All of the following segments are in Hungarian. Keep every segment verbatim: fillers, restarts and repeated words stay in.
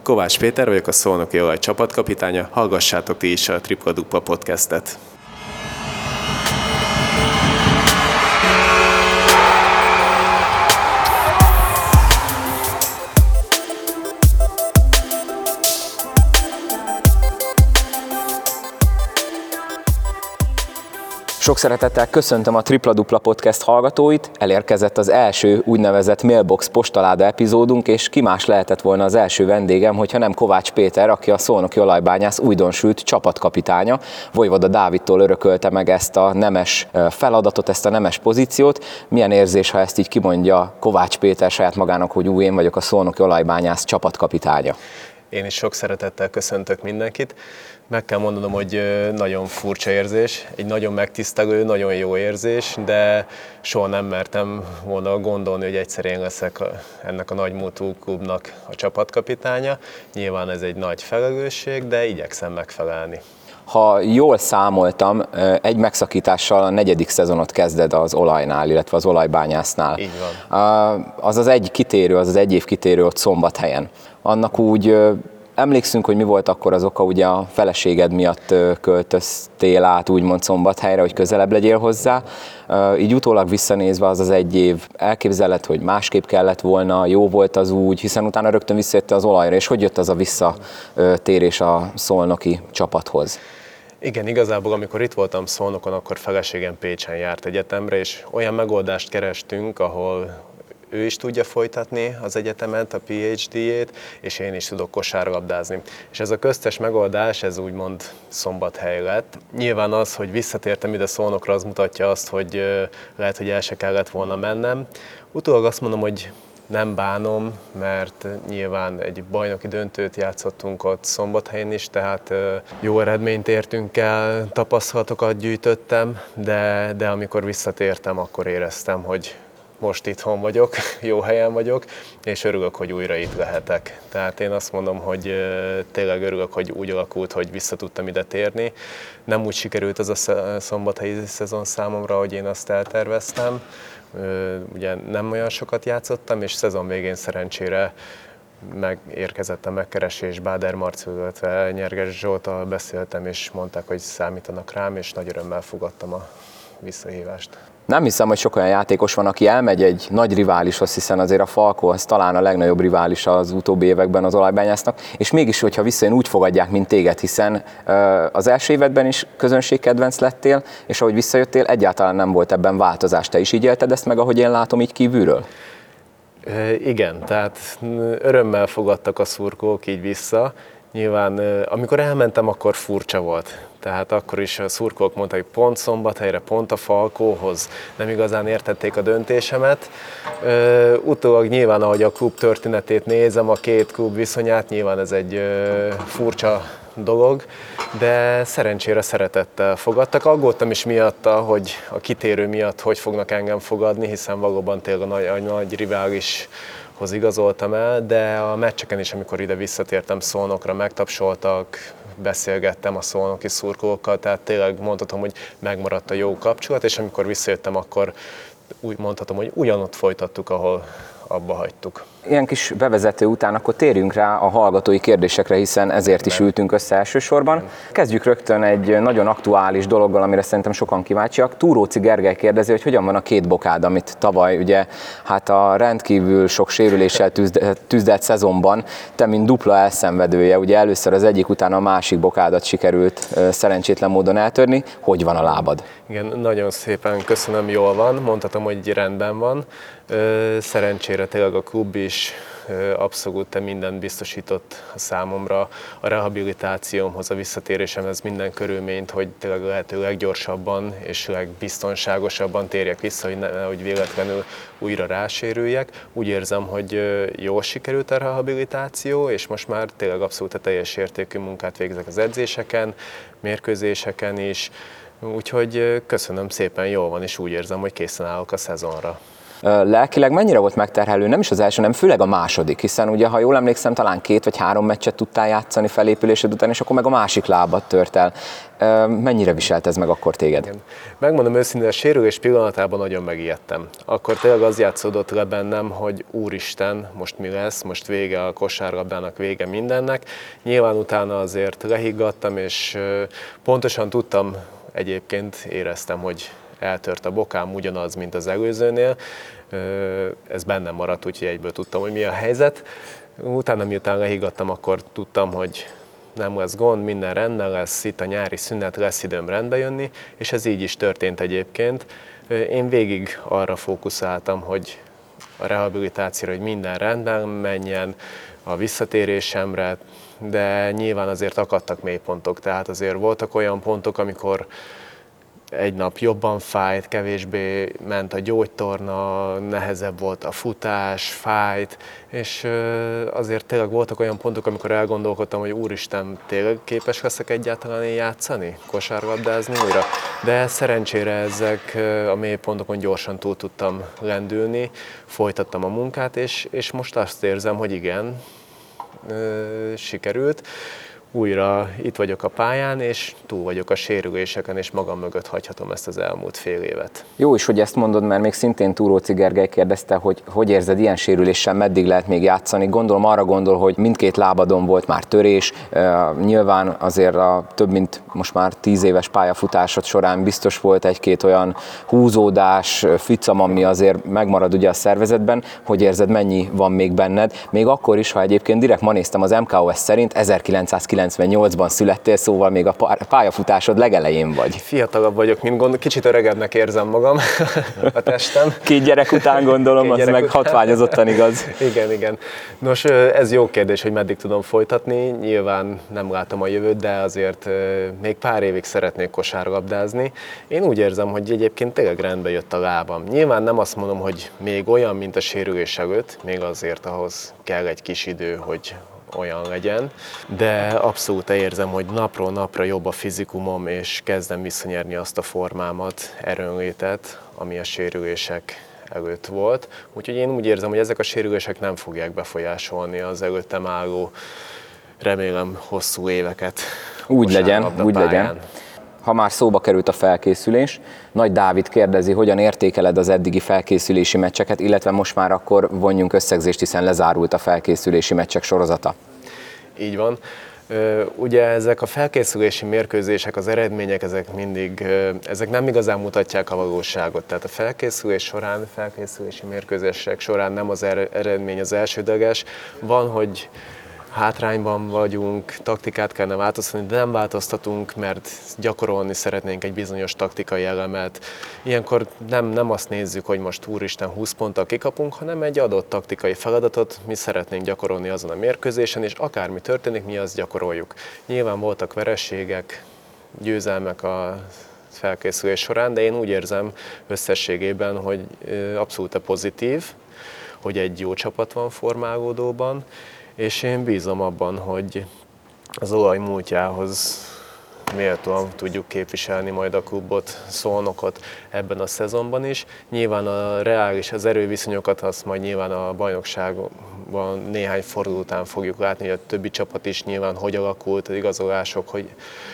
Kovács Péter vagyok, a Szolnoki Olaj csapatkapitánya, hallgassátok ti is a Tripla Dupla podcastet. Sok szeretettel köszöntöm a Tripla Dupla podcast hallgatóit, elérkezett az első úgynevezett Mailbox postaláda epizódunk, és ki más lehetett volna az első vendégem, hogyha nem Kovács Péter, aki a Szolnoki Olajbányász újdonsült csapatkapitánya. Vojvoda Dávidtól örökölte meg ezt a nemes feladatot, ezt a nemes pozíciót. Milyen érzés, ha ezt így kimondja Kovács Péter saját magának, hogy új, én vagyok a Szolnoki Olajbányász csapatkapitánya? Én is sok szeretettel köszöntök mindenkit. Meg kell mondanom, hogy nagyon furcsa érzés, egy nagyon megtisztelő, nagyon jó érzés, de soha nem mertem volna gondolni, hogy egyszer én leszek ennek a nagymúltú klubnak a csapatkapitánya. Nyilván ez egy nagy felelősség, de igyekszem megfelelni. Ha jól számoltam, egy megszakítással a negyedik szezonot kezded az olajnál, illetve az olajbányásznál. Így van. Az az egy kitérő, az az egy év kitérő ott Szombathelyen. Annak úgy emlékszünk, hogy mi volt akkor az oka, ugye a feleséged miatt költöztél át úgymond Szombathelyre, hogy közelebb legyél hozzá. Így utólag visszanézve az az egy év, elképzeled, hogy másképp kellett volna, jó volt az úgy, hiszen utána rögtön visszajöttél az olajra, és hogy jött az a visszatérés a szolnoki csapathoz? Igen, igazából amikor itt voltam Szolnokon, akkor feleségem Pécsen járt egyetemre, és olyan megoldást kerestünk, ahol ő is tudja folytatni az egyetemet, a pé há dé-jét, és én is tudok kosárlabdázni. És ez a köztes megoldás, ez úgymond Szombathely lett. Nyilván az, hogy visszatértem ide Szolnokra, az mutatja azt, hogy lehet, hogy el se kellett volna mennem. Utólag azt mondom, hogy nem bánom, mert nyilván egy bajnoki döntőt játszottunk ott Szombathelyen is, tehát jó eredményt értünk el, tapasztalatokat gyűjtöttem, de, de amikor visszatértem, akkor éreztem, hogy most itthon vagyok, jó helyen vagyok, és örülök, hogy újra itt lehetek. Tehát én azt mondom, hogy tényleg örülök, hogy úgy alakult, hogy vissza tudtam ide térni. Nem úgy sikerült az a szombathelyi szezon számomra, hogy én azt elterveztem. Ugye nem olyan sokat játszottam, és szezon végén szerencsére megérkezett a megkeresés, Báder Marcel, illetve Nyerges Zsolttal beszéltem, és mondták, hogy számítanak rám, és nagy örömmel fogadtam a visszahívást. Nem hiszem, hogy sok olyan játékos van, aki elmegy egy nagy riválishoz, hiszen azért a Falco az talán a legnagyobb rivális az utóbbi években az olajbányásznak, és mégis, hogyha visszajön, úgy fogadják, mint téged, hiszen az első évedben is közönségkedvenc lettél, és ahogy visszajöttél, egyáltalán nem volt ebben változás. Te is így élted ezt meg, ahogy én látom így kívülről? Igen, tehát örömmel fogadtak a szurkolók így vissza. Nyilván, amikor elmentem, akkor furcsa volt. Tehát akkor is a szurkolók mondták, hogy pont Szombathelyre, pont a Falcóhoz nem igazán értették a döntésemet. Utólag nyilván, ahogy a klub történetét nézem, a két klub viszonyát, nyilván ez egy furcsa dolog, de szerencsére szeretettel fogadtak. Aggódtam is miatta, hogy a kitérő miatt hogy fognak engem fogadni, hiszen valóban tényleg a nagy, a nagy riválishoz igazoltam el, de a meccseken is, amikor ide visszatértem Szolnokra, megtapsoltak, beszélgettem a szolnoki szurkolókkal, tehát tényleg mondhatom, hogy megmaradt a jó kapcsolat, és amikor visszajöttem, akkor úgy mondhatom, hogy ugyanott folytattuk, ahol abba hagytuk. Ilyen kis bevezető után akkor térjünk rá a hallgatói kérdésekre, hiszen ezért is ültünk össze elsősorban. Kezdjük rögtön egy nagyon aktuális dologgal, amire szerintem sokan kíváncsiak. Túróci Gergely kérdezi, hogy hogyan van a két bokád, amit tavaly ugye hát a rendkívül sok sérüléssel tüzdelt szezonban te, mint dupla elszenvedője, ugye először az egyik, utána a másik bokádat sikerült szerencsétlen módon eltörni. Hogy van a lábad? Igen, nagyon szépen köszönöm, jól van, mondhatom, hogy rendben van. Szerencsére tényleg a klub is abszolút mindent biztosított a számomra, a rehabilitációmhoz, a visszatérésemhez minden körülményt, hogy tényleg lehető leggyorsabban és legbiztonságosabban térjek vissza, hogy nehogy véletlenül újra rásérüljek. Úgy érzem, hogy jól sikerült a rehabilitáció, és most már tényleg abszolút a teljes értékű munkát végzek az edzéseken, mérkőzéseken is, úgyhogy köszönöm szépen, jól van, és úgy érzem, hogy készen állok a szezonra. Lelkileg mennyire volt megterhelő, nem is az első, nem főleg a második, hiszen ugye, ha jól emlékszem, talán két vagy három meccset tudtál játszani felépülésed után, és akkor meg a másik lábat tört el. Mennyire viselt ez meg akkor téged? Igen. Megmondom őszintén, a sérülés pillanatában nagyon megijedtem. Akkor tényleg az játszódott le bennem, hogy úristen, most mi lesz, most vége a kosárlabdának, vége mindennek. Nyilván utána azért lehiggadtam, és pontosan tudtam, egyébként éreztem, hogy eltört a bokám, ugyanaz, mint az előzőnél. Ez bennem maradt, úgyhogy egyből tudtam, hogy mi a helyzet. Utána, miután lehiggadtam, akkor tudtam, hogy nem lesz gond, minden rendben lesz, itt a nyári szünet, lesz időm rendbe jönni, és ez így is történt egyébként. Én végig arra fókuszáltam, hogy a rehabilitációra, hogy minden rendben menjen, a visszatérésemre, de nyilván azért akadtak mélypontok, tehát azért voltak olyan pontok, amikor egy nap jobban fájt, kevésbé ment a gyógytorna, nehezebb volt a futás, fájt, és azért tényleg voltak olyan pontok, amikor elgondolkodtam, hogy úristen, tényleg képes leszek egyáltalán én játszani, kosárlabdázni újra. De szerencsére ezek a mélypontokon gyorsan túl tudtam lendülni, folytattam a munkát, és, és most azt érzem, hogy igen, sikerült. Újra itt vagyok a pályán, és túl vagyok a sérüléseken, és magam mögött hagyhatom ezt az elmúlt fél évet. Jó is, hogy ezt mondod, mert még szintén Túróczy Gergely kérdezte, hogy hogy érzed ilyen sérüléssel, meddig lehet még játszani. Gondolom arra gondol, hogy mindkét lábadon volt már törés. Nyilván azért a több mint most már tíz éves pályafutásod során biztos volt egy-két olyan húzódás, ficam, ami azért megmarad ugye a szervezetben. Hogy érzed, mennyi van még benned? Még akkor is, ha egyébként direkt ma néztem az em ká o es szerint ezerkilencszázkilencvennyolcban születtél, szóval még a pályafutásod legelején vagy. Fiatalabb vagyok, mint gond, kicsit öregebbnek érzem magam a testem. Két gyerek után gondolom, Két az gyerek meg után. Hatványozottan igaz. Igen, igen. Nos, ez jó kérdés, hogy meddig tudom folytatni. Nyilván nem látom a jövőt, de azért még pár évig szeretnék kosárlabdázni. Én úgy érzem, hogy egyébként tényleg rendbe jött a lábam. Nyilván nem azt mondom, hogy még olyan, mint a sérülés előtt, még azért ahhoz kell egy kis idő, hogy olyan legyen, de abszolút érzem, hogy napról napra jobb a fizikumom, és kezdem visszanyerni azt a formámat, erőnlétet, ami a sérülések előtt volt. Úgyhogy én úgy érzem, hogy ezek a sérülések nem fogják befolyásolni az előttem álló, remélem, hosszú éveket. Úgy legyen, úgy pályán. legyen. Ha már szóba került a felkészülés, Nagy Dávid kérdezi, hogyan értékeled az eddigi felkészülési meccseket, illetve most már akkor vonjunk összegzést, hiszen lezárult a felkészülési meccsek sorozata. Így van. Ugye ezek a felkészülési mérkőzések, az eredmények, ezek mindig, ezek nem igazán mutatják a valóságot. Tehát a felkészülés során, felkészülési mérkőzések során nem az eredmény az elsődleges. Van, hogy hátrányban vagyunk, taktikát kellene változtatni, de nem változtatunk, mert gyakorolni szeretnénk egy bizonyos taktikai elemet. Ilyenkor nem, nem azt nézzük, hogy most úristen húsz ponttal kikapunk, hanem egy adott taktikai feladatot mi szeretnénk gyakorolni azon a mérkőzésen, és akármi történik, mi azt gyakoroljuk. Nyilván voltak vereségek, győzelmek a felkészülés során, de én úgy érzem összességében, hogy abszolút pozitív, hogy egy jó csapat van formálódóban, és én bízom abban, hogy az olaj múltjához méltóan tudjuk képviselni majd a klubot, Szolnokot ebben a szezonban is. Nyilván a reális, az erőviszonyokat azt majd nyilván a bajnokságban néhány forduló után fogjuk látni, hogy a többi csapat is nyilván hogy alakult, az igazolások, hogy,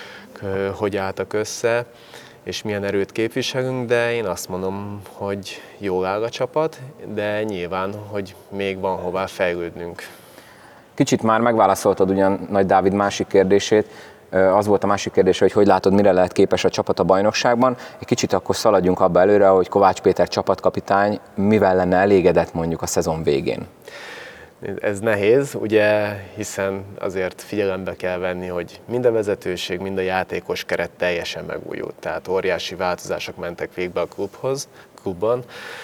hogy álltak össze, és milyen erőt képviselünk, de én azt mondom, hogy jól áll a csapat, de nyilván, hogy még van hová fejlődnünk. Kicsit már megválaszoltad ugyan Nagy Dávid másik kérdését, az volt a másik kérdés, hogy hogy látod, mire lehet képes a csapat a bajnokságban. Egy kicsit akkor szaladjunk abba előre, hogy Kovács Péter csapatkapitány mivel lenne elégedett mondjuk a szezon végén. Ez nehéz, ugye, hiszen azért figyelembe kell venni, hogy mind a vezetőség, mind a játékos keret teljesen megújult. Tehát óriási változások mentek végbe a klubhoz, klubban.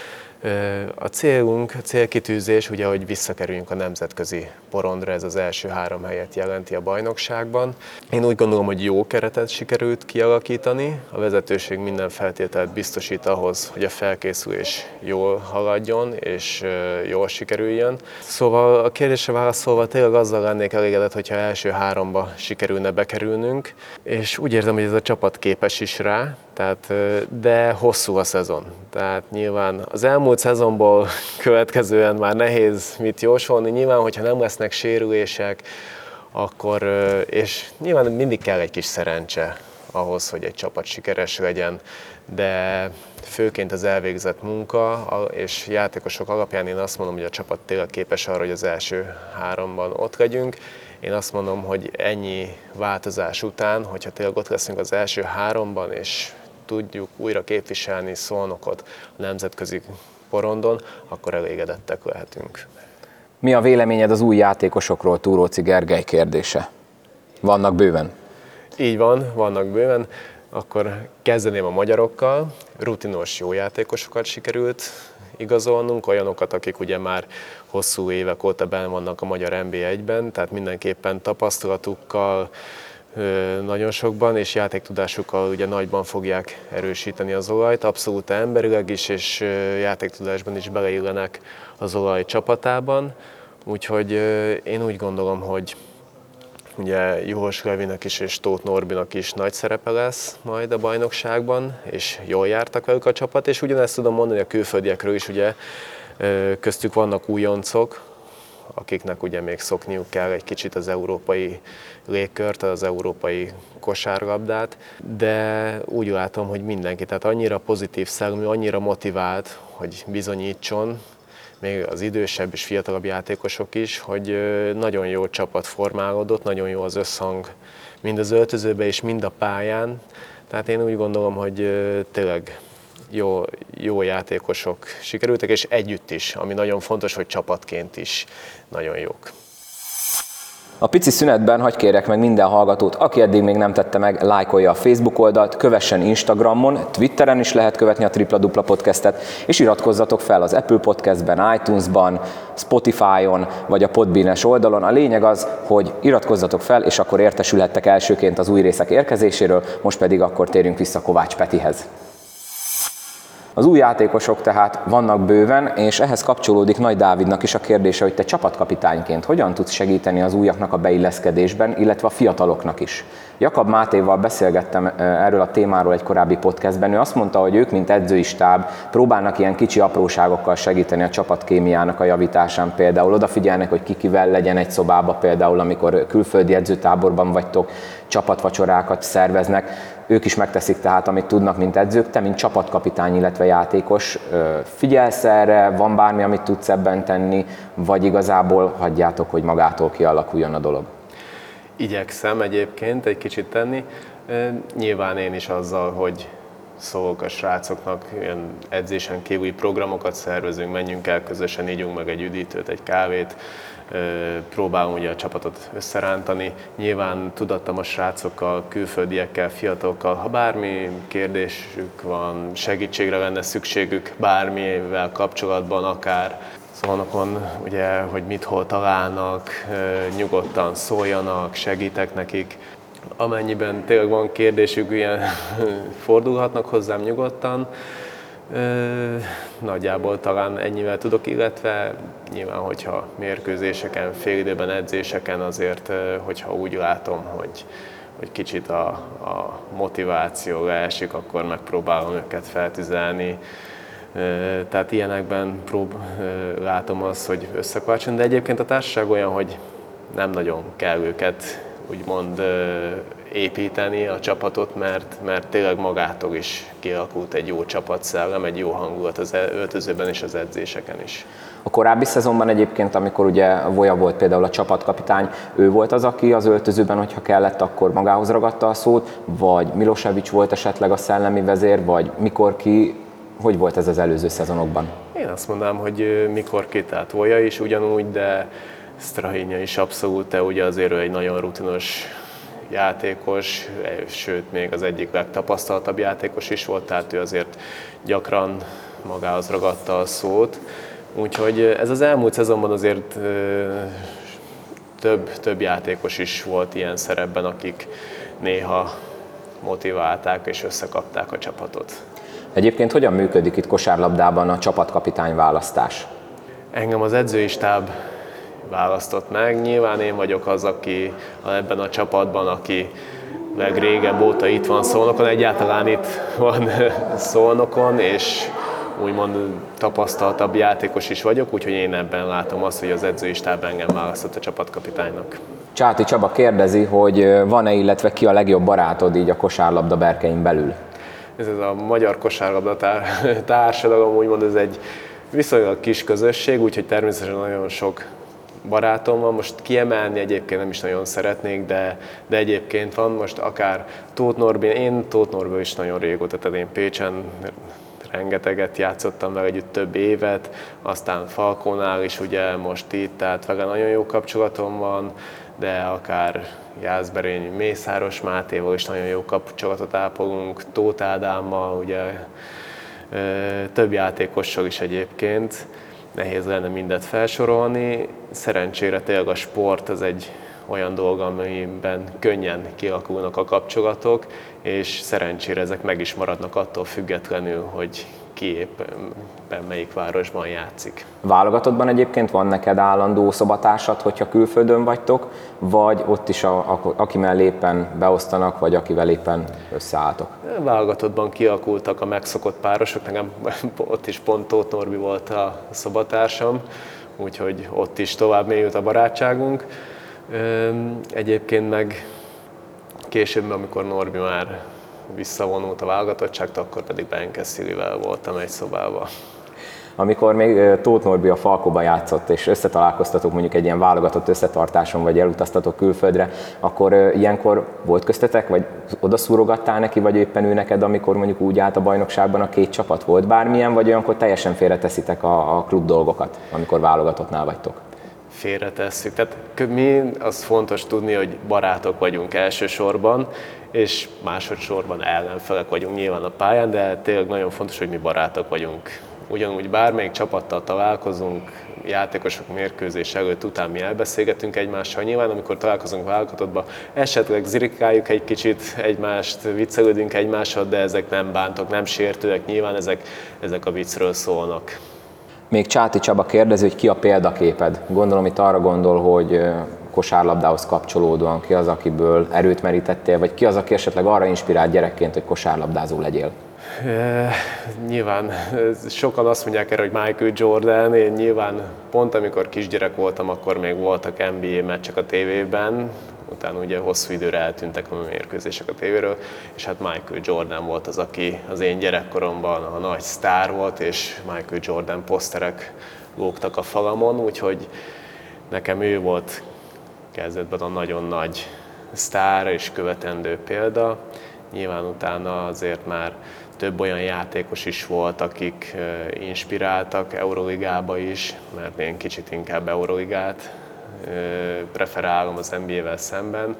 A célunk, a célkitűzés, ugye, hogy visszakerüljünk a nemzetközi porondra, ez az első három helyet jelenti a bajnokságban. Én úgy gondolom, hogy jó keretet sikerült kialakítani, a vezetőség minden feltételt biztosít ahhoz, hogy a felkészülés jól haladjon és jól sikerüljön. Szóval a kérdésre válaszolva tényleg azzal lennék elégedett, hogyha első háromba sikerülne bekerülnünk, és úgy érzem, hogy ez a csapat képes is rá, Tehát, de hosszú a szezon. Tehát nyilván az elmúlt szezonból következően már nehéz mit jósolni. Nyilván, hogyha nem lesznek sérülések, akkor, és nyilván mindig kell egy kis szerencse ahhoz, hogy egy csapat sikeres legyen, de főként az elvégzett munka és játékosok alapján én azt mondom, hogy a csapat tényleg képes arra, hogy az első háromban ott legyünk. Én azt mondom, hogy ennyi változás után, hogyha tényleg ott leszünk az első háromban, és tudjuk újra képviselni Szolnokot a nemzetközi porondon, akkor elégedettek lehetünk. Mi a véleményed az új játékosokról, Túróczy Gergely kérdése? Vannak bőven? Így van, vannak bőven. Akkor kezdeném a magyarokkal. Rutinos jó játékosokat sikerült igazolnunk, olyanokat, akik ugye már hosszú évek óta benn vannak a magyar en bé egyben, tehát mindenképpen tapasztalatukkal nagyon sokban, és játéktudásukkal ugye nagyban fogják erősíteni az olajt, abszolút emberileg is, és játéktudásban is beleillenek az olaj csapatában. Úgyhogy én úgy gondolom, hogy ugye Juhos Levinek is és Tóth Norbinak is nagy szerepe lesz majd a bajnokságban, és jól jártak velük a csapat, és ugyanezt tudom mondani a külföldiekről is, ugye köztük vannak újoncok, akiknek ugye még szokniuk kell egy kicsit az európai légkört, az európai kosárlabdát, de úgy látom, hogy mindenki, tehát annyira pozitív szellemű, annyira motivált, hogy bizonyítson, még az idősebb és fiatalabb játékosok is, hogy nagyon jó csapat formálódott, nagyon jó az összhang mind az öltözőben és mind a pályán. Tehát én úgy gondolom, hogy tényleg jó, jó játékosok sikerültek, és együtt is, ami nagyon fontos, hogy csapatként is nagyon jók. A pici szünetben hadd kérek meg minden hallgatót, aki eddig még nem tette meg, lájkolja a Facebook oldalt, kövessen Instagramon, Twitteren is lehet követni a Tripla Dupla Podcastet, és iratkozzatok fel az Apple Podcastben, iTunesban, Spotify-on, vagy a Podbean-es oldalon. A lényeg az, hogy iratkozzatok fel, és akkor értesülhettek elsőként az új részek érkezéséről, most pedig akkor térjünk vissza Kovács Petihez. Az új játékosok tehát vannak bőven, és ehhez kapcsolódik Nagy Dávidnak is a kérdése, hogy te csapatkapitányként hogyan tudsz segíteni az újaknak a beilleszkedésben, illetve a fiataloknak is. Jakab Mátéval beszélgettem erről a témáról egy korábbi podcastben, ő azt mondta, hogy ők, mint edzői stáb, próbálnak ilyen kicsi apróságokkal segíteni a csapatkémiának a javításán, például odafigyelnek, hogy ki kivel legyen egy szobába, például amikor külföldi edzőtáborban vagytok, csapatvacsorákat szerveznek. Ők is megteszik tehát, amit tudnak, mint edzők. Te, mint csapatkapitány, illetve játékos, figyelsz erre, van bármi, amit tudsz ebben tenni, vagy igazából hagyjátok, hogy magától kialakuljon a dolog? Igyekszem egyébként egy kicsit tenni. Nyilván én is azzal, hogy szólok a srácoknak, ilyen edzésen kívüli programokat szervezünk, menjünk el közösen, ígyunk meg egy üdítőt, egy kávét, próbálom ugye a csapatot összerántani. Nyilván tudattam a srácokkal, külföldiekkel, fiatalokkal, ha bármi kérdésük van, segítségre lenne szükségük bármivel kapcsolatban, akár Szolnokon, ugye, hogy mit hol találnak, nyugodtan szóljanak, segítek nekik. Amennyiben tényleg van kérdésük, ilyen fordulhatnak hozzám nyugodtan. Nagyjából talán ennyivel tudok, illetve nyilván, hogyha mérkőzéseken, félidőben, edzéseken azért, hogyha úgy látom, hogy, hogy kicsit a, a motiváció leesik, akkor megpróbálom őket feltüzelni. Tehát ilyenekben prób- látom azt, hogy összekapcsolni, de egyébként a társaság olyan, hogy nem nagyon kell őket úgymond építeni a csapatot, mert, mert tényleg magától is kialakult egy jó csapatszellem, egy jó hangulat az öltözőben és az edzéseken is. A korábbi szezonban egyébként, amikor ugye Voja volt például a csapatkapitány, ő volt az, aki az öltözőben, hogyha kellett, akkor magához ragadta a szót, vagy Milosevic volt esetleg a szellemi vezér, vagy mikor ki, hogy volt ez az előző szezonokban? Én azt mondanám, hogy mikor ki, tehát Voja is ugyanúgy, de Strahinja is abszolút, de ugye azért ő egy nagyon rutinos játékos, sőt még az egyik legtapasztaltabb játékos is volt, tehát ő azért gyakran magához ragadta a szót. Úgyhogy ez az elmúlt szezonban azért több, több játékos is volt ilyen szerepben, akik néha motiválták és összekapták a csapatot. Egyébként hogyan működik itt kosárlabdában a csapatkapitány választás? Engem az edzői stáb választott meg. Nyilván én vagyok az, aki ebben a csapatban, aki legrégebb óta itt van Szolnokon, egyáltalán itt van Szolnokon, és úgymond tapasztaltabb játékos is vagyok, úgyhogy én ebben látom azt, hogy az edzői stáb engem választott a csapatkapitánynak. Csáti Csaba kérdezi, hogy van-e, illetve ki a legjobb barátod így a kosárlabda berkein belül? Ez a magyar kosárlabda társadalom, úgymond ez egy viszonylag kis közösség, úgyhogy természetesen nagyon sok barátom van. Most kiemelni egyébként nem is nagyon szeretnék, de, de egyébként van most akár Tóth Norbi, én Tóth Norbi is nagyon régóta, tehát én Pécsen rengeteget játszottam vele együtt több évet, aztán Falkónál is ugye most itt, tehát vele nagyon jó kapcsolatom van, de akár Jászberényi Mészáros Mátéval is nagyon jó kapcsolatot ápolunk, Tóth Ádámmal, ugye több játékossal is egyébként, nehéz lenne mindet felsorolni. Szerencsére tényleg a sport az egy olyan dolog, amiben könnyen kialakulnak a kapcsolatok, és szerencsére ezek meg is maradnak attól függetlenül, hogy ki éppen melyik városban játszik. Válogatottban egyébként van neked állandó szobatársad, hogyha külföldön vagytok, vagy ott is, a, a, aki mellé éppen beosztanak, vagy akivel éppen összeálltok? Válogatottban kialakultak a megszokott párosok, nekem ott is pont Tóth Norbi volt a szobatársam, úgyhogy ott is tovább mélyült a barátságunk. Egyébként meg később, amikor Norbi már visszavonult a válogatottságtól, akkor pedig Benke Szilivel voltam egy szobában. Amikor még Tóth Norbi a Falkóban játszott, és összetalálkoztatok mondjuk egy ilyen válogatott összetartáson, vagy elutaztatok külföldre, akkor ilyenkor volt köztetek, vagy oda szúrogattál neki, vagy éppen ő neked, amikor mondjuk úgy állt a bajnokságban a két csapat? Volt bármilyen, vagy olyankor teljesen félreteszitek a, a klub dolgokat, amikor válogatottnál vagytok? Félretesszük. Tehát mi az fontos tudni, hogy barátok vagyunk elsősorban, és másodszorban ellenfelek vagyunk nyilván a pályán, de tényleg nagyon fontos, hogy mi barátok vagyunk. Ugyanúgy bármelyik csapattal találkozunk, játékosok mérkőzés előtt, után mi elbeszélgetünk egymással. Nyilván, amikor találkozunk válogatottban, esetleg zirikáljuk egy kicsit egymást, viccelődünk egymással, de ezek nem bántok, nem sértőek, nyilván ezek, ezek a viccről szólnak. Még Csáti Csaba kérdezi, hogy ki a példaképed. Gondolom itt arra gondol, hogy kosárlabdához kapcsolódóan ki az, akiből erőt merítettél, vagy ki az, aki esetleg arra inspirált gyerekként, hogy kosárlabdázó legyél? E, nyilván sokan azt mondják erre, hogy Michael Jordan, én nyilván pont amikor kisgyerek voltam, akkor még voltak en bé á meccsek a tévében, utána ugye hosszú időre eltűntek a mérkőzések a tévéről, és hát Michael Jordan volt az, aki az én gyerekkoromban a nagy sztár volt, és Michael Jordan poszterek lógtak a falamon, úgyhogy nekem ő volt kezdetben a nagyon nagy sztár és követendő példa. Nyilván utána azért már több olyan játékos is volt, akik inspiráltak Euroligába is, mert én kicsit inkább Euroligát preferálom az en bé á-vel szemben,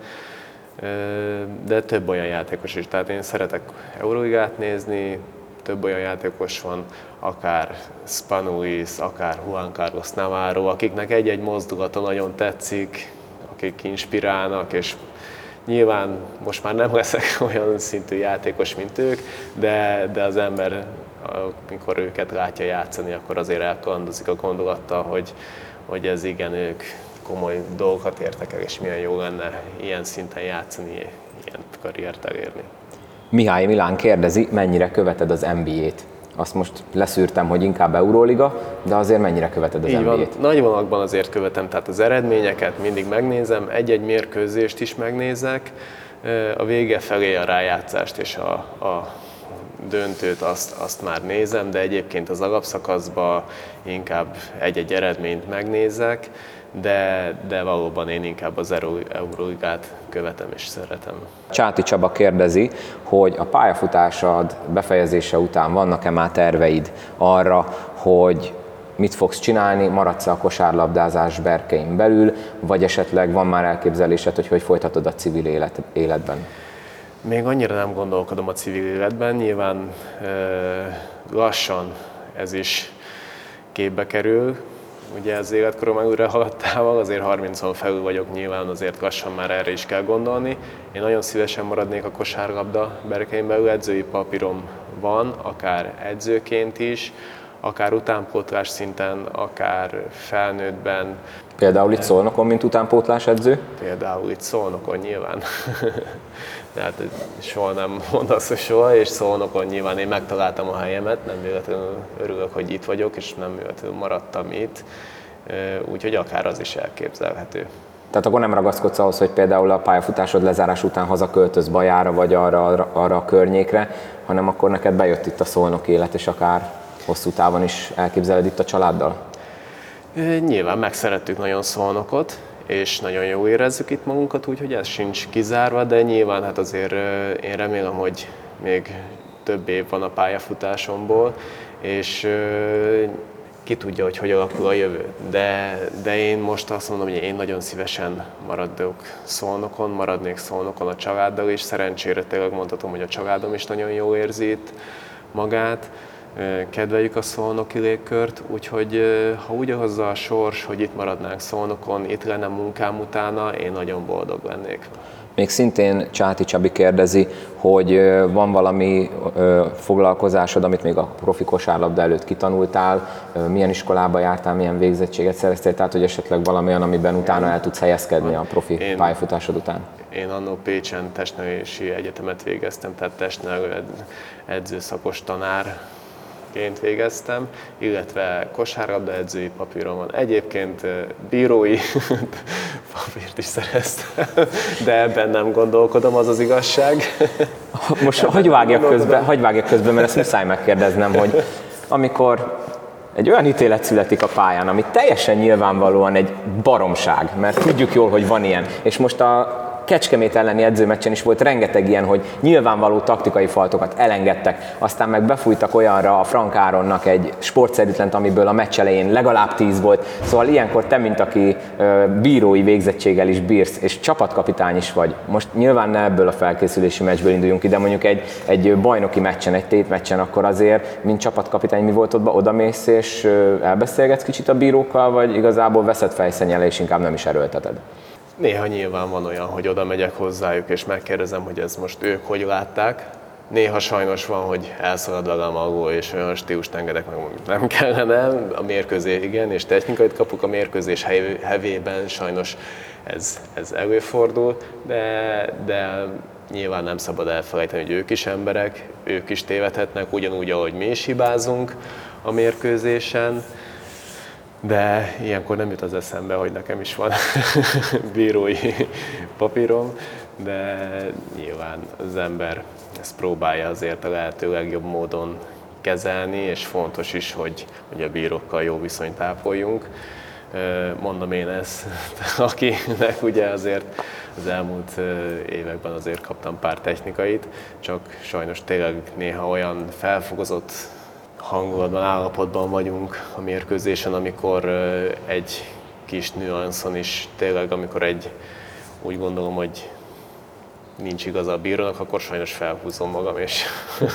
de több olyan játékos is. Tehát én szeretek Euroligát nézni, több olyan játékos van, akár Spanulis, akár Juan Carlos Navarro, akiknek egy-egy mozdulata nagyon tetszik, akik inspirálnak, és nyilván most már nem leszek olyan szintű játékos, mint ők, de, de az ember, amikor őket látja játszani, akkor azért elkalandozik a gondolattal, hogy, hogy ez igen, ők komoly dolgokat értek el, és milyen jó lenne ilyen szinten játszani, ilyen karriert elérni. Mihály Milán kérdezi, mennyire követed az en bé á-t? Azt most leszűrtem, hogy inkább Euróliga, de azért mennyire követed az Így en bé á-t? van, nagy vonalakban azért követem, tehát az eredményeket mindig megnézem, egy-egy mérkőzést is megnézek, a vége felé a rájátszást és a, a döntőt azt, azt már nézem, de egyébként az alapszakaszban inkább egy-egy eredményt megnézek, de, de valóban én inkább az Euroligát követem és szeretem. Csáti Csaba kérdezi, hogy a pályafutásod befejezése után vannak-e már terveid arra, hogy mit fogsz csinálni, maradsz a kosárlabdázás berkein belül, vagy esetleg van már elképzelésed, hogy hogy folytatod a civil élet, életben? Még annyira nem gondolkodom a civil életben, nyilván lassan ez is képbe kerül. Ugye az életkorom előre haladtával, azért harmincon felül vagyok, nyilván azért lassan már erre is kell gondolni. Én nagyon szívesen maradnék a kosárlabda berkein belül, edzői papírom van, akár edzőként is, akár utánpótlás szinten, akár felnőttben. Például itt Szolnokon, mint utánpótlás edző? Például itt Szolnokon nyilván. Tehát soha nem mondasz, hogy soha, és Szolnokon nyilván én megtaláltam a helyemet, nem véletlenül örülök, hogy itt vagyok, és nem véletlenül maradtam itt, úgyhogy akár az is elképzelhető. Tehát akkor nem ragaszkodsz ahhoz, hogy például a pályafutásod lezárás után hazaköltöz Bajára, vagy arra, arra, arra a környékre, hanem akkor neked bejött itt a Szolnok élet, és akár hosszú távon is elképzeled itt a családdal? Nyilván megszerettük nagyon Szolnokot, és nagyon jól érezzük itt magunkat, úgyhogy ez sincs kizárva, de nyilván hát azért én remélem, hogy még több év van a pályafutásomból, és ki tudja, hogy hogy alakul a jövő. De, de én most azt mondom, hogy én nagyon szívesen maradok Szolnokon, maradnék Szolnokon a családdal, és szerencsére tényleg mondhatom, hogy a családom is nagyon jól érzi itt magát. Kedveljük a szolnoki légkört, úgyhogy ha úgy hozza a sors, hogy itt maradnánk Szolnokon, itt lenne munkám utána, én nagyon boldog lennék. Még szintén Csáti Csabi kérdezi, hogy van valami foglalkozásod, amit még a profi kosárlabda előtt kitanultál, milyen iskolába jártál, milyen végzettséget szereztél, tehát hogy esetleg valami olyan, amiben utána el tudsz helyezkedni a profi én, pályafutásod után? Én annó Pécsen testnevelési egyetemet végeztem, tehát testnevelő edzőszakos tanár végeztem, illetve kosárlabda edzői papírom van. Egyébként bírói papírt is szereztem, de ebben nem gondolkodom, az az igazság. Most hagyj vágjak közben, hagyj vágjak közben, mert ezt muszáj megkérdeznem, hogy amikor egy olyan ítélet születik a pályán, ami teljesen nyilvánvalóan egy baromság, mert tudjuk jól, hogy van ilyen, és most a Kecskemét elleni edzőmeccsen is volt rengeteg ilyen, hogy nyilvánvaló taktikai faltokat elengedtek, aztán meg befújtak olyanra a Frank Áronnak egy sportszerűtlent, amiből a meccs elején legalább tíz volt. Szóval ilyenkor te, mint aki ö, bírói végzettséggel is bírsz, és csapatkapitány is vagy. Most nyilván ne ebből a felkészülési meccsből induljunk ide, mondjuk egy, egy bajnoki meccsen, egy tétmeccsen, akkor azért, mint csapatkapitány, mi volt ott, odamész és ö, elbeszélgetsz kicsit a bírókkal, vagy igazából veszed fejszennyel, és inkább nem is erőlteted? Néha nyilván van olyan, hogy oda megyek hozzájuk, és megkérdezem, hogy ez most ők hogy látták. Néha sajnos van, hogy elszalad velem a gól, és olyan stílust engedek meg, amit nem kellene. A mérkőzés igen, és technikait kapuk a mérkőzés hevében, sajnos ez, ez előfordul, de, de nyilván nem szabad elfelejteni, hogy ők is emberek, ők is tévedhetnek, ugyanúgy, ahogy mi is hibázunk a mérkőzésen. De ilyenkor nem jut az eszembe, hogy nekem is van bírói papírom, de nyilván az ember ezt próbálja azért a lehető legjobb módon kezelni, és fontos is, hogy, hogy a bírókkal jó viszonyt ápoljunk. Mondom én ezt, akinek ugye azért az elmúlt években azért kaptam pár technikait, csak sajnos tényleg néha olyan felfogozott hangulatban, állapotban vagyunk a mérkőzésen, amikor egy kis nüanszon is tényleg, amikor egy, úgy gondolom, hogy nincs igaza a bírónak, akkor sajnos felhúzom magam, és...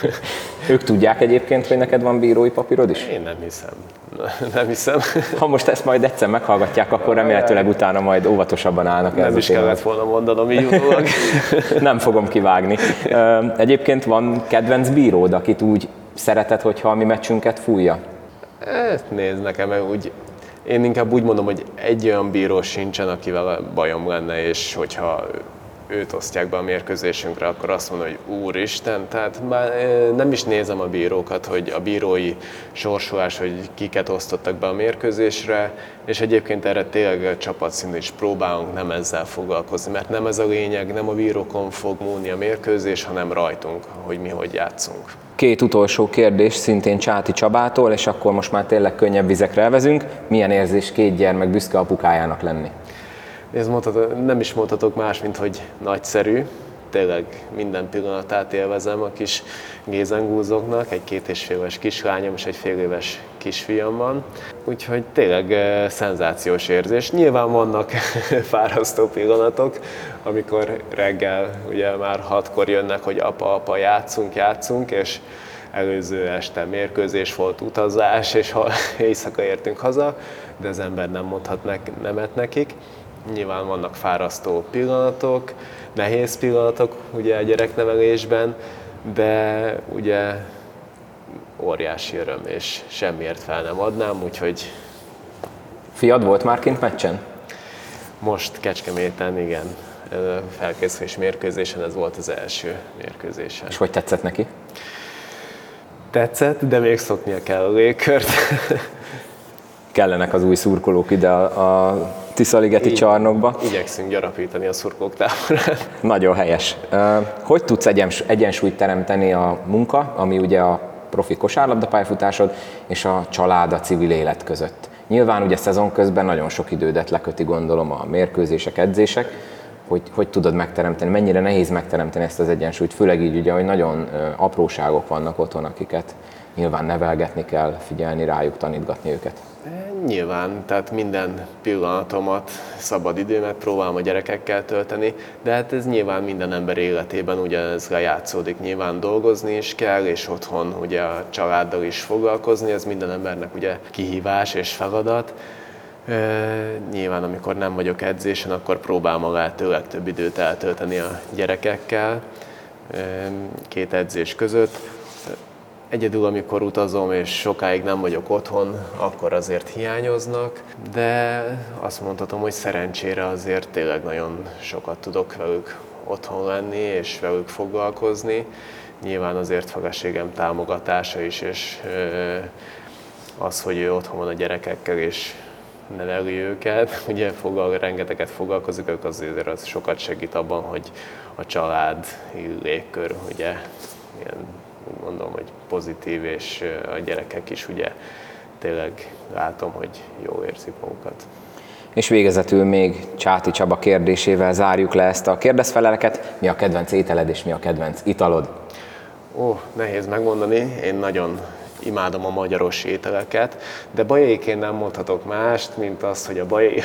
Ők tudják egyébként, hogy neked van bírói papírod is? Én nem hiszem. Nem hiszem. Ha most ezt majd egyszer meghallgatják, akkor remélhetőleg utána majd óvatosabban állnak. Nem is kellett volna mondanom így utólag. Nem fogom kivágni. Egyébként van kedvenc bíród, akit úgy szereted, hogyha a mi meccsünket fújja? Ezt nézd nekem, úgy, én inkább úgy mondom, hogy egy olyan bíró sincsen, akivel bajom lenne, és hogyha őt osztják be a mérkőzésünkre, akkor azt mondom, hogy úristen, tehát már nem is nézem a bírókat, hogy a bírói sorsolás, hogy kiket osztottak be a mérkőzésre, és egyébként erre tényleg a csapatszinten is próbálunk nem ezzel foglalkozni, mert nem ez a lényeg, nem a bírókon fog múlni a mérkőzés, hanem rajtunk, hogy mi hogy játszunk. Két utolsó kérdés, szintén Csáti Csabától, és akkor most már tényleg könnyebb vizekre elvezünk. Milyen érzés két gyermek büszke apukájának lenni? Ez nem is mondhatok más, mint hogy nagyszerű. Tényleg minden pillanatát élvezem a kis gézengúzoknak. Egy két és fél éves kislányom és egy fél éves kisfiam van. Úgyhogy tényleg e, szenzációs érzés. Nyilván vannak fárasztó pillanatok, amikor reggel ugye már hatkor jönnek, hogy apa, apa, játszunk, játszunk, és előző este mérkőzés volt, utazás, és ha éjszaka értünk haza, de az ember nem mondhat nemet nekik. Nyilván vannak fárasztó pillanatok, nehéz pillanatok ugye a gyereknevelésben, de ugye óriási öröm, és semmiért fel nem adnám, úgyhogy... Fiad volt már kint meccsen? Most Kecskeméten, igen, felkészülés mérkőzésen, ez volt az első mérkőzésen. És hogy tetszett neki? Tetszett, de még szoknia kell a légkört. Kellenek az új szurkolók ide a, a Tiszaligeti csarnokba. Igyekszünk gyarapítani a szurkolók táborát. Nagyon helyes. Hogy tudsz egyensúlyt teremteni a munka, ami ugye a profi kosárlabda pályafutásod, és a család, a civil élet között? Nyilván ugye szezon közben nagyon sok idődet leköti, gondolom, a mérkőzések, edzések. Hogy, hogy tudod megteremteni, mennyire nehéz megteremteni ezt az egyensúlyt, főleg így ugye, hogy nagyon apróságok vannak otthon, akiket nyilván nevelgetni kell, figyelni rájuk, tanítgatni őket. Nyilván, tehát minden pillanatomat, szabad időmet próbálom a gyerekekkel tölteni, de hát ez nyilván minden ember életében ugyanez lejátszódik. Nyilván dolgozni is kell, és otthon ugye a családdal is foglalkozni, ez minden embernek ugye kihívás és feladat. E, nyilván, amikor nem vagyok edzésen, akkor próbálom a lehető legtöbb időt eltölteni a gyerekekkel e, két edzés között. Egyedül, amikor utazom és sokáig nem vagyok otthon, akkor azért hiányoznak, de azt mondhatom, hogy szerencsére azért tényleg nagyon sokat tudok velük otthon lenni és velük foglalkozni. Nyilván azért feleségem támogatása is, és az, hogy ő otthon van a gyerekekkel és neveli őket, ugye fogal, rengeteget foglalkozik, ők azért az sokat segít abban, hogy a család légkör ugye ilyen, úgy mondom, hogy pozitív, és a gyerekek is ugye tényleg látom, hogy jól érzik magukat. És végezetül még Csáti Csaba kérdésével zárjuk le ezt a kérdezfeleleket. Mi a kedvenc ételed és mi a kedvenc italod? Ó, nehéz megmondani, én nagyon imádom a magyaros ételeket, de bajaiként nem mondhatok mást, mint azt, hogy a bajai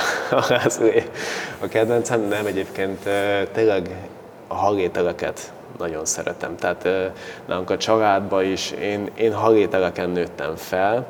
a kedvencem, nem egyébként tényleg a halételeket nagyon szeretem. Tehát nálunk a családban is, én, én halételeken nőttem fel,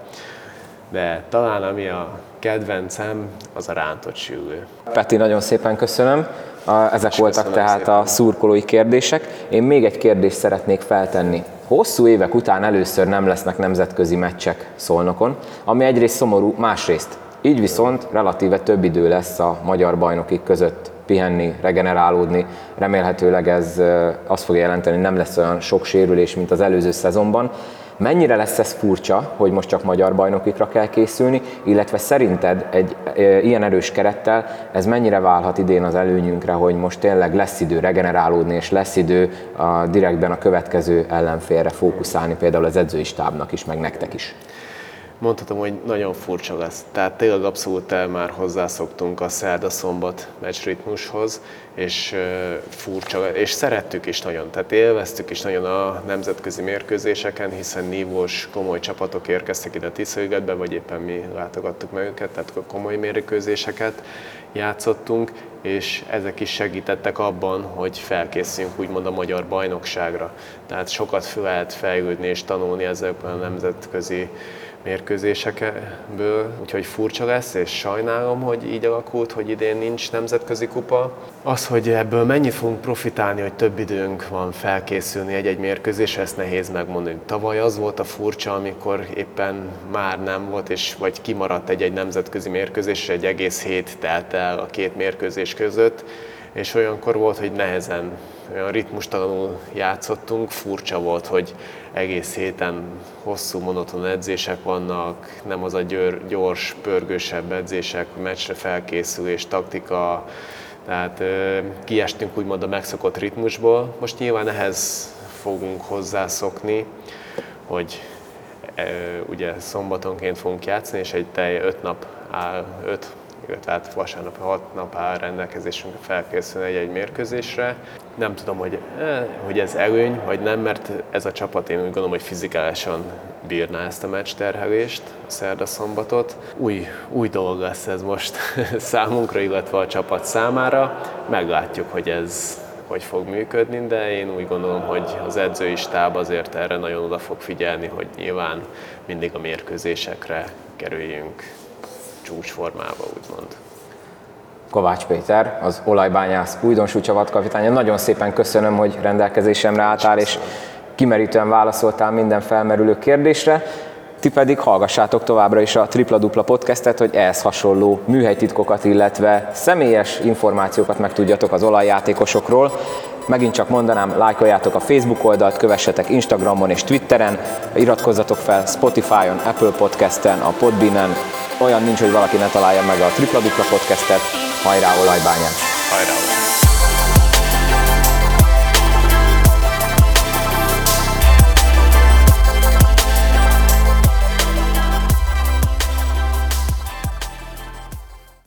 de talán ami a kedvencem, az a rántott süllő. Peti, nagyon szépen köszönöm. Ezek És voltak tehát szépen a szurkolói kérdések. Én még egy kérdést szeretnék feltenni. Hosszú évek után először nem lesznek nemzetközi meccsek Szolnokon, ami egyrészt szomorú, másrészt. Így viszont relatíve több idő lesz a magyar bajnokik között pihenni, regenerálódni. Remélhetőleg ez azt fogja jelenteni, hogy nem lesz olyan sok sérülés, mint az előző szezonban. Mennyire lesz ez furcsa, hogy most csak magyar bajnokikra kell készülni, illetve szerinted egy e, ilyen erős kerettel ez mennyire válhat idén az előnyünkre, hogy most tényleg lesz idő regenerálódni, és lesz idő a, direktben a következő ellenfélre fókuszálni, például az edzői stábnak is, meg nektek is? Mondhatom, hogy nagyon furcsa lesz. Tehát tényleg abszolút már hozzászoktunk a szerda-szombat meccsritmushoz, és furcsa, és szerettük is nagyon, tehát élveztük is nagyon a nemzetközi mérkőzéseken, hiszen nívós, komoly csapatok érkeztek ide a Tiszaligetbe, vagy éppen mi látogattuk meg őket, tehát komoly mérkőzéseket játszottunk, és ezek is segítettek abban, hogy felkészüljünk úgymond a magyar bajnokságra. Tehát sokat fel lehet fejlődni és tanulni ezekben a nemzetközi mérkőzésekből, úgyhogy furcsa lesz, és sajnálom, hogy így alakult, hogy idén nincs nemzetközi kupa. Az, hogy ebből mennyit fogunk profitálni, hogy több időnk van felkészülni egy-egy mérkőzésre, ezt nehéz megmondani. Tavaly az volt a furcsa, amikor éppen már nem volt, és vagy kimaradt egy-egy nemzetközi mérkőzés, egy egész hét telt el a két mérkőzés között, és olyankor volt, hogy nehezen, olyan ritmustalanul játszottunk, furcsa volt, hogy egész héten hosszú, monoton edzések vannak, nem az a gyors, pörgősebb edzések, meccsre felkészülés, taktika, tehát ö, kiestünk úgymond a megszokott ritmusból. Most nyilván ehhez fogunk hozzászokni, hogy ö, ugye szombatonként fogunk játszani, és egy telj öt nap áll, öt illetve hát vasárnap hat nap áll rendelkezésünkre felkészülni egy-egy mérkőzésre. Nem tudom, hogy, eh, hogy ez előny, vagy nem, mert ez a csapat, én úgy gondolom, hogy fizikálisan bírná ezt a meccsterhelést, a szerda-szombatot. Új, új dolog lesz ez most számunkra, illetve a csapat számára. Meglátjuk, hogy ez hogy fog működni, de én úgy gondolom, hogy az edzői stáb azért erre nagyon oda fog figyelni, hogy nyilván mindig a mérkőzésekre kerüljünk csúcsformába, úgymond. Kovács Péter, az olajbányász újdonsú csapatkapitánya. Nagyon szépen köszönöm, hogy rendelkezésemre álltál, és kimerítően válaszoltál minden felmerülő kérdésre. Ti pedig hallgassátok továbbra is a Tripla Dupla podcastet, hogy ehhez hasonló műhelytitkokat, illetve személyes információkat megtudjatok az olajjátékosokról. Megint csak mondanám, lájkoljátok a Facebook oldalt, kövessetek Instagramon és Twitteren, iratkozzatok fel Spotify-on, Apple Podcasten, a Podbeanen. Olyan nincs, hogy valaki ne találja meg a Tripla Dupla podcastet. Hajrá olajbányás! Hajrá!